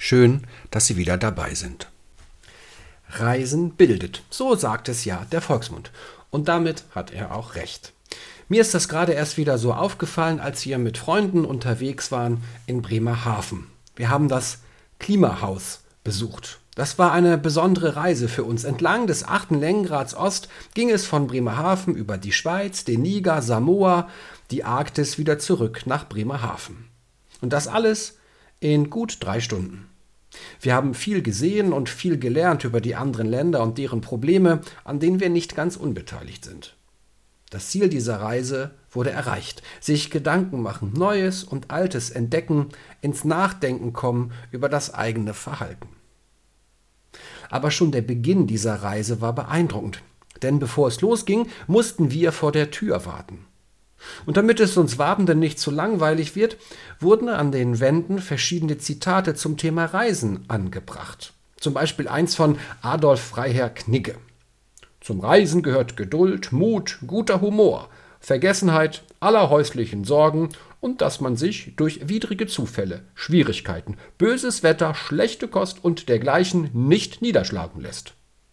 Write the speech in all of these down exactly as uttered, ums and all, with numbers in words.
Schön, dass Sie wieder dabei sind. Reisen bildet, so sagt es ja der Volksmund. Und damit hat er auch recht. Mir ist das gerade erst wieder so aufgefallen, als wir mit Freunden unterwegs waren in Bremerhaven. Wir haben das Klimahaus besucht. Das war eine besondere Reise für uns. Entlang des achten Längengrads Ost ging es von Bremerhaven über die Schweiz, den Niger, Samoa, die Arktis wieder zurück nach Bremerhaven. Und das alles in gut drei Stunden. Wir haben viel gesehen und viel gelernt über die anderen Länder und deren Probleme, an denen wir nicht ganz unbeteiligt sind. Das Ziel dieser Reise wurde erreicht. Sich Gedanken machen, Neues und Altes entdecken, ins Nachdenken kommen über das eigene Verhalten. Aber schon der Beginn dieser Reise war beeindruckend, denn bevor es losging, mussten wir vor der Tür warten. Und damit es uns Wartenden nicht zu langweilig wird, wurden an den Wänden verschiedene Zitate zum Thema Reisen angebracht. Zum Beispiel eins von Adolf Freiherr Knigge. Zum Reisen gehört Geduld, Mut, guter Humor, Vergessenheit aller häuslichen Sorgen und dass man sich durch widrige Zufälle, Schwierigkeiten, böses Wetter, schlechte Kost und dergleichen nicht niederschlagen lässt.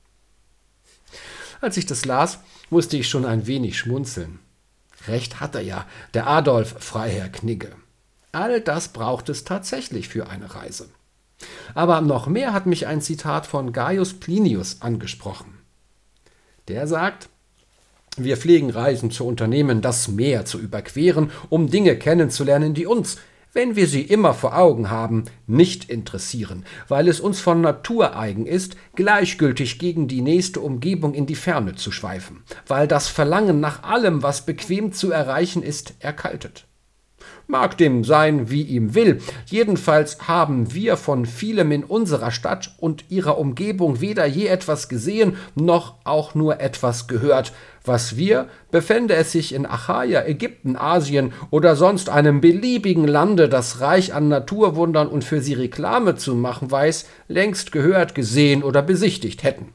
Als ich das las, musste ich schon ein wenig schmunzeln. Recht hat er ja, der Adolf Freiherr Knigge. All das braucht es tatsächlich für eine Reise. Aber noch mehr hat mich ein Zitat von Gaius Plinius angesprochen. Der sagt: Wir pflegen Reisen zu unternehmen, das Meer zu überqueren, um Dinge kennenzulernen, die uns, wenn wir sie immer vor Augen haben, nicht interessieren, weil es uns von Natur eigen ist, gleichgültig gegen die nächste Umgebung in die Ferne zu schweifen, weil das Verlangen nach allem, was bequem zu erreichen ist, erkaltet. Mag dem sein, wie ihm will, jedenfalls haben wir von vielem in unserer Stadt und ihrer Umgebung weder je etwas gesehen, noch auch nur etwas gehört. Was wir, befände es sich in Achaia, Ägypten, Asien oder sonst einem beliebigen Lande, das reich an Naturwundern und für sie Reklame zu machen weiß, längst gehört, gesehen oder besichtigt hätten.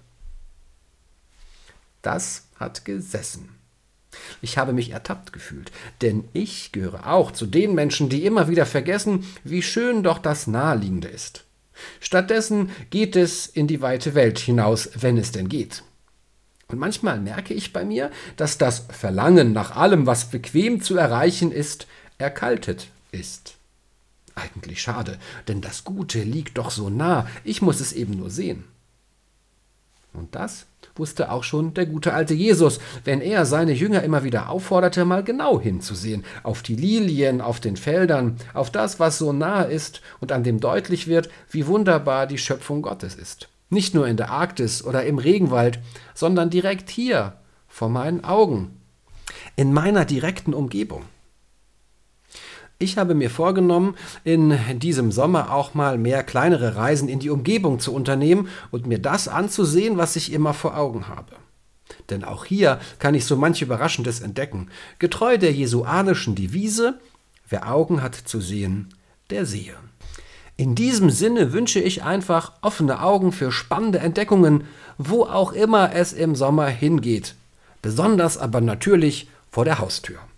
Das hat gesessen. Ich habe mich ertappt gefühlt, denn ich gehöre auch zu den Menschen, die immer wieder vergessen, wie schön doch das Naheliegende ist. Stattdessen geht es in die weite Welt hinaus, wenn es denn geht. Und manchmal merke ich bei mir, dass das Verlangen nach allem, was bequem zu erreichen ist, erkaltet ist. Eigentlich schade, denn das Gute liegt doch so nah, ich muss es eben nur sehen. Und das wusste auch schon der gute alte Jesus, wenn er seine Jünger immer wieder aufforderte, mal genau hinzusehen, auf die Lilien, auf den Feldern, auf das, was so nahe ist und an dem deutlich wird, wie wunderbar die Schöpfung Gottes ist. Nicht nur in der Arktis oder im Regenwald, sondern direkt hier, vor meinen Augen, in meiner direkten Umgebung. Ich habe mir vorgenommen, in diesem Sommer auch mal mehr kleinere Reisen in die Umgebung zu unternehmen und mir das anzusehen, was ich immer vor Augen habe. Denn auch hier kann ich so manch Überraschendes entdecken. Getreu der jesuanischen Devise: Wer Augen hat zu sehen, der sehe. In diesem Sinne wünsche ich einfach offene Augen für spannende Entdeckungen, wo auch immer es im Sommer hingeht. Besonders aber natürlich vor der Haustür.